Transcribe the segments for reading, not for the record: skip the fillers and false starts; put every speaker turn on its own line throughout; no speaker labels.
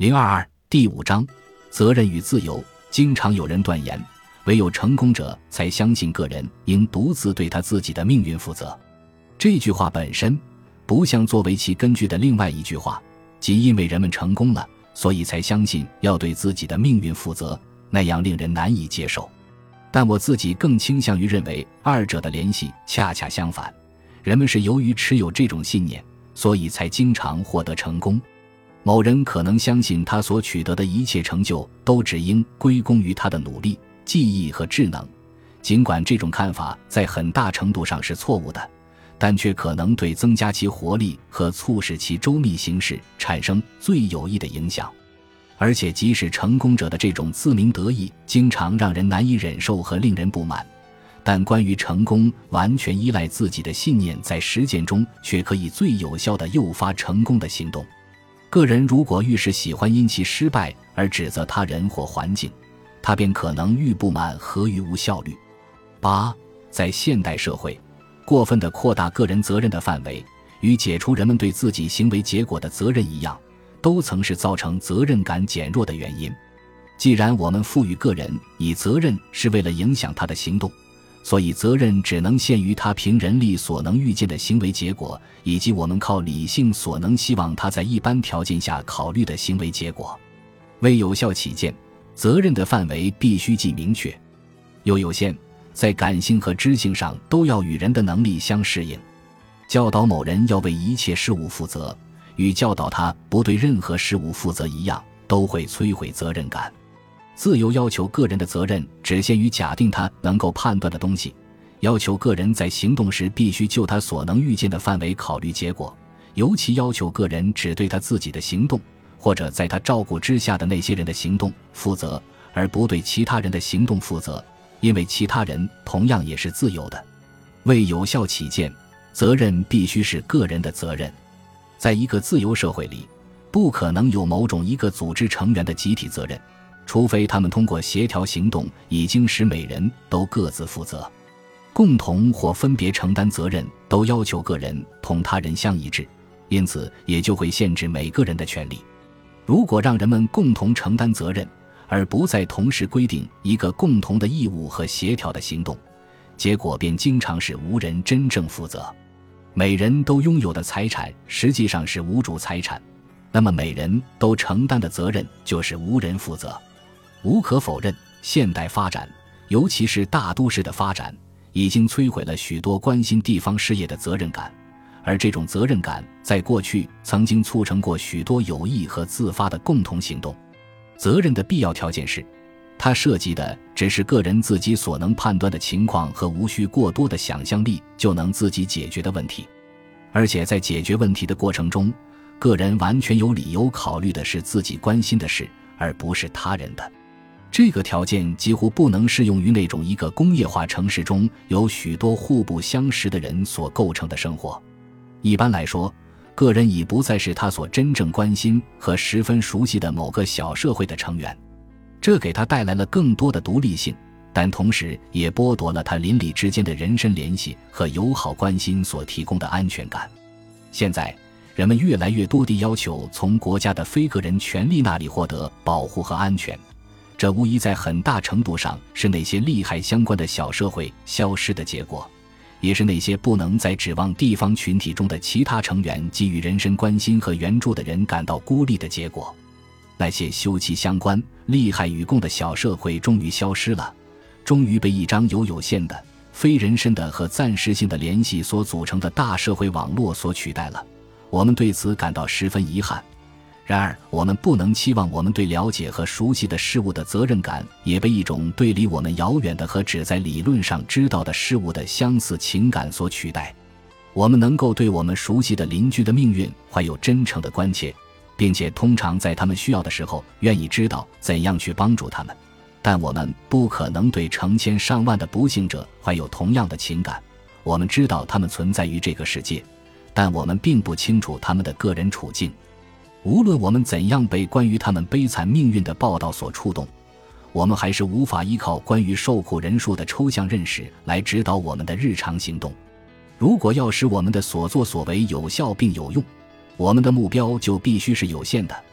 022第5章责任与自由。经常有人断言，唯有成功者才相信个人应独自对他自己的命运负责。这句话本身不像作为其根据的另外一句话，即因为人们成功了，所以才相信要对自己的命运负责，那样令人难以接受。但我自己更倾向于认为二者的联系恰恰相反，人们是由于持有这种信念，所以才经常获得成功。某人可能相信他所取得的一切成就都只应归功于他的努力、技艺和智能，尽管这种看法在很大程度上是错误的，但却可能对增加其活力和促使其周密行事产生最有益的影响。而且即使成功者的这种自鸣得意经常让人难以忍受和令人不满，但关于成功完全依赖自己的信念在实践中却可以最有效地诱发成功的行动。个人如果愈是喜欢因其失败而指责他人或环境，他便可能愈不满和愈无效率。8. 在现代社会，过分地扩大个人责任的范围，与解除人们对自己行为结果的责任一样，都曾是造成责任感减弱的原因。既然我们赋予个人以责任是为了影响他的行动，所以责任只能限于他凭人力所能预见的行为结果，以及我们靠理性所能希望他在一般条件下考虑的行为结果。为有效起见，责任的范围必须既明确又有限，在感性和知性上都要与人的能力相适应。教导某人要为一切事物负责，与教导他不对任何事物负责一样，都会摧毁责任感。自由要求个人的责任只限于假定他能够判断的东西，要求个人在行动时必须就他所能预见的范围考虑结果，尤其要求个人只对他自己的行动，或者在他照顾之下的那些人的行动负责，而不对其他人的行动负责，因为其他人同样也是自由的。为有效起见，责任必须是个人的责任。在一个自由社会里，不可能有某种一个组织成员的集体责任，除非他们通过协调行动已经使每人都各自负责。共同或分别承担责任都要求个人同他人相一致，因此也就会限制每个人的权利。如果让人们共同承担责任，而不再同时规定一个共同的义务和协调的行动，结果便经常是无人真正负责。每人都拥有的财产实际上是无主财产，那么每人都承担的责任就是无人负责。无可否认，现代发展，尤其是大都市的发展，已经摧毁了许多关心地方事业的责任感，而这种责任感在过去曾经促成过许多有益和自发的共同行动。责任的必要条件是，它涉及的只是个人自己所能判断的情况和无需过多的想象力就能自己解决的问题，而且在解决问题的过程中，个人完全有理由考虑的是自己关心的事，而不是他人的。这个条件几乎不能适用于那种一个工业化城市中有许多互不相识的人所构成的生活。一般来说，个人已不再是他所真正关心和十分熟悉的某个小社会的成员，这给他带来了更多的独立性，但同时也剥夺了他邻里之间的人身联系和友好关心所提供的安全感。现在，人们越来越多地要求从国家的非个人权利那里获得保护和安全，这无疑在很大程度上是那些利害相关的小社会消失的结果，也是那些不能再指望地方群体中的其他成员给予人身关心和援助的人感到孤立的结果。那些休戚相关、利害与共的小社会终于消失了，终于被一张有限的、非人身的和暂时性的联系所组成的大社会网络所取代了。我们对此感到十分遗憾。然而，我们不能期望我们对了解和熟悉的事物的责任感也被一种对离我们遥远的和只在理论上知道的事物的相似情感所取代。我们能够对我们熟悉的邻居的命运怀有真诚的关切，并且通常在他们需要的时候愿意知道怎样去帮助他们，但我们不可能对成千上万的不幸者怀有同样的情感。我们知道他们存在于这个世界，但我们并不清楚他们的个人处境。无论我们怎样被关于他们悲惨命运的报道所触动，我们还是无法依靠关于受苦人数的抽象认识来指导我们的日常行动。如果要使我们的所作所为有效并有用，我们的目标就必须是有限的，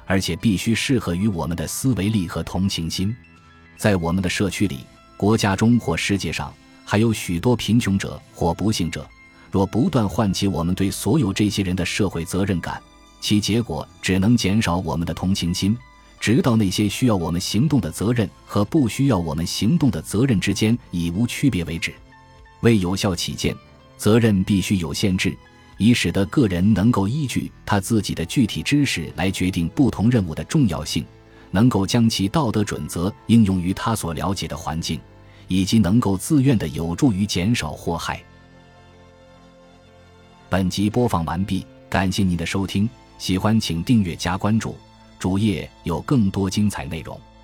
而且必须适合于我们的思维力和同情心。在我们的社区里、国家中或世界上，还有许多贫穷者或不幸者，若不断唤起我们对所有这些人的社会责任感，其结果只能减少我们的同情心，直到那些需要我们行动的责任和不需要我们行动的责任之间已无区别为止。为有效起见，责任必须有限制，以使得个人能够依据他自己的具体知识来决定不同任务的重要性，能够将其道德准则应用于他所了解的环境，以及能够自愿地有助于减少祸害。本集播放完毕，感谢您的收听，喜欢请订阅加关注，主页有更多精彩内容。